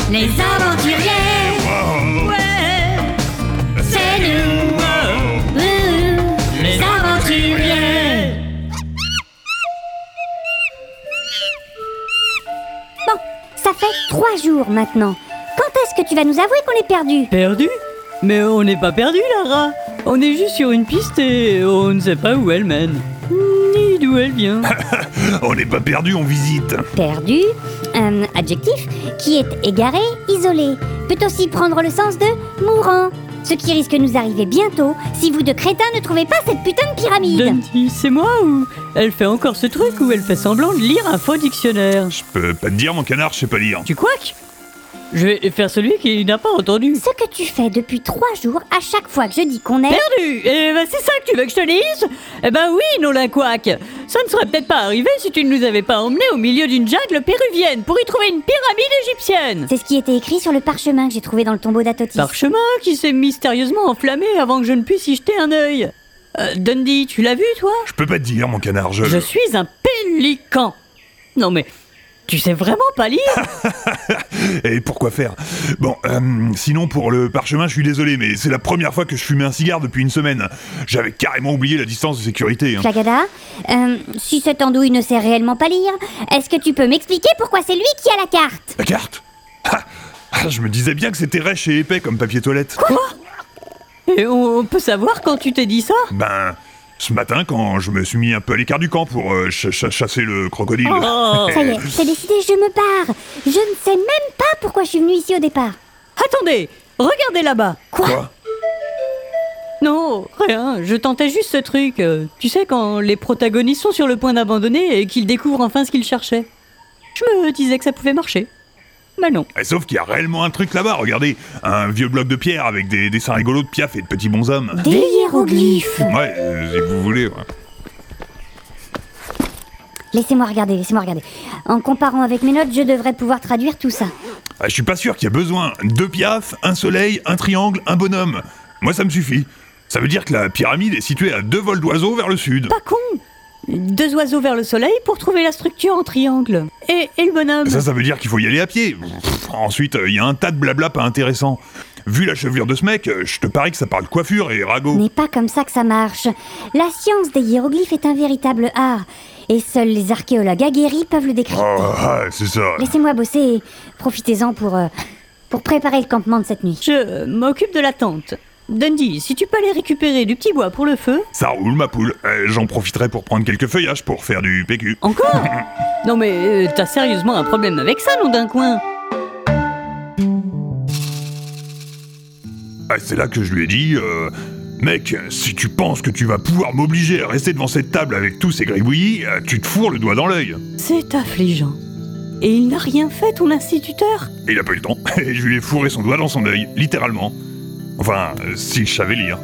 Les aventuriers. Ouais, c'est nous. Les aventuriers. Bon, ça fait 3 jours maintenant. Quand est-ce que tu vas nous avouer qu'on est perdu? Perdu? Mais on n'est pas perdu, Lara. On est juste sur une piste et on ne sait pas où elle mène. Ni d'où elle vient. On n'est pas perdu, on visite. Perdu, adjectif, qui est égaré, isolé, peut aussi prendre le sens de mourant. Ce qui risque de nous arriver bientôt si vous deux crétins ne trouvez pas cette putain de pyramide. Dundee, c'est moi ou elle fait encore ce truc où elle fait semblant de lire un faux dictionnaire? Je peux pas te dire, mon canard, je sais pas lire. Tu quacques? Je vais faire celui qui n'a pas entendu. Ce que tu fais depuis 3 jours, à chaque fois que je dis qu'on est... Perdu! Et ben c'est ça que tu veux que je te dise? Eh ben oui, non la couac. Ça ne serait peut-être pas arrivé si tu ne nous avais pas emmenés au milieu d'une jungle péruvienne pour y trouver une pyramide égyptienne. C'est ce qui était écrit sur le parchemin que j'ai trouvé dans le tombeau d'Atotis. Parchemin qui s'est mystérieusement enflammé avant que je ne puisse y jeter un œil. Dundee, tu l'as vu toi? Je peux pas te dire, mon canard, Je suis un pélican. Non mais... Tu sais vraiment pas lire? Et pourquoi faire? Bon, sinon pour le parchemin, je suis désolé, mais c'est la première fois que je fumais un cigare depuis une semaine. J'avais carrément oublié la distance de sécurité. Flagada, si cette andouille ne sait réellement pas lire, est-ce que tu peux m'expliquer pourquoi c'est lui qui a la carte? La carte? Je me disais bien que c'était rêche et épais comme papier toilette. Quoi? Et on peut savoir quand tu t'es dit ça? Ben... Ce matin, quand je me suis mis un peu à l'écart du camp pour chasser le crocodile. Oh. Ça y est, c'est décidé, je me barre. Je ne sais même pas pourquoi je suis venue ici au départ. Attendez, regardez là-bas. Quoi? Non, rien, je tentais juste ce truc. Tu sais, quand les protagonistes sont sur le point d'abandonner et qu'ils découvrent enfin ce qu'ils cherchaient. Je me disais que ça pouvait marcher. Mais non. Sauf qu'il y a réellement un truc là-bas, regardez. Un vieux bloc de pierre avec des dessins rigolos de Piaf et de petits bonshommes. Des hiéroglyphes. Ouais, si vous voulez, ouais. Laissez-moi regarder. En comparant avec mes notes, je devrais pouvoir traduire tout ça. Je suis pas sûr qu'il y a besoin. 2 Piaf, un soleil, un triangle, un bonhomme. Moi, ça me suffit. Ça veut dire que la pyramide est située à 2 vols d'oiseaux vers le sud. Pas con! 2 oiseaux vers le soleil pour trouver la structure en triangle. Et le bonhomme? Ça veut dire qu'il faut y aller à pied. Ensuite, il y a un tas de blabla pas intéressant. Vu la chevelure de ce mec, je te parie que ça parle coiffure et ragot. N'est pas comme ça que ça marche. La science des hiéroglyphes est un véritable art. Et seuls les archéologues aguerris peuvent le décrire. C'est ça. Laissez-moi bosser et profitez-en pour préparer le campement de cette nuit. Je m'occupe de la tente. Dundee, si tu peux aller récupérer du petit bois pour le feu... Ça roule, ma poule. J'en profiterai pour prendre quelques feuillages pour faire du PQ. Encore? Non mais t'as sérieusement un problème avec ça, nom d'un coin? C'est là que je lui ai dit... Mec, si tu penses que tu vas pouvoir m'obliger à rester devant cette table avec tous ces gribouillis, tu te fourres le doigt dans l'œil. C'est affligeant. Et il n'a rien fait, ton instituteur? Il a pas eu le temps, et je lui ai fourré son doigt dans son œil, littéralement. Enfin, si je savais lire.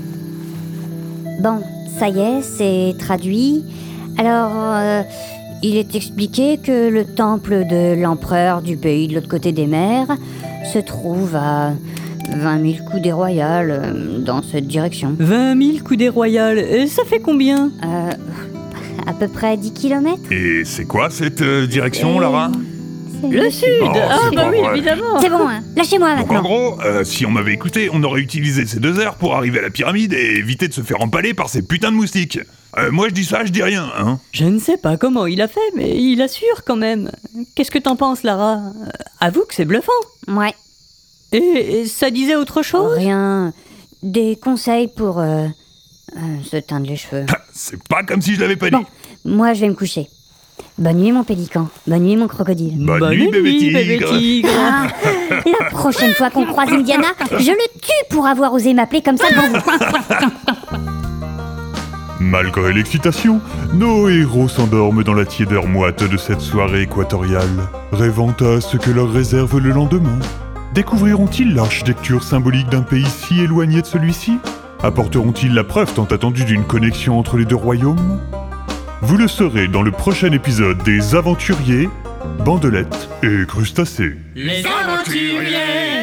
Bon, ça y est, c'est traduit. Alors, il est expliqué que le temple de l'empereur du pays de l'autre côté des mers se trouve à 20 000 coudées royales dans cette direction. 20 000 coudées royales, et ça fait combien? À peu près 10 km. Et c'est quoi cette direction, Lara? Le sud. Oh, ah c'est bah pas oui, vrai. évidemment. C'est bon, hein. Lâchez-moi Donc en maintenant. gros, si on m'avait écouté, on aurait utilisé ces 2 heures pour arriver à la pyramide et éviter de se faire empaler par ces putains de moustiques. Moi je dis ça, je dis rien, hein. Je ne sais pas comment il a fait, mais il assure quand même. Qu'est-ce que t'en penses, Lara? Avoue que c'est bluffant. Ouais. Et ça disait autre chose? Rien. Des conseils pour se teindre les cheveux. C'est pas comme si je l'avais pas dit. Bon, moi je vais me coucher. Bonne nuit mon pélican, bonne nuit mon crocodile. Bonne nuit, bébé tigre. Ah, la prochaine fois qu'on croise Indiana, je le tue pour avoir osé m'appeler comme ça devant vous. Malgré l'excitation, nos héros s'endorment dans la tiédeur moite de cette soirée équatoriale, rêvant à ce que leur réserve le lendemain. Découvriront-ils l'architecture symbolique d'un pays si éloigné de celui-ci? Apporteront-ils la preuve tant attendue d'une connexion entre les 2 royaumes? Vous le saurez dans le prochain épisode des Aventuriers, Bandelettes et Crustacés. Les aventuriers.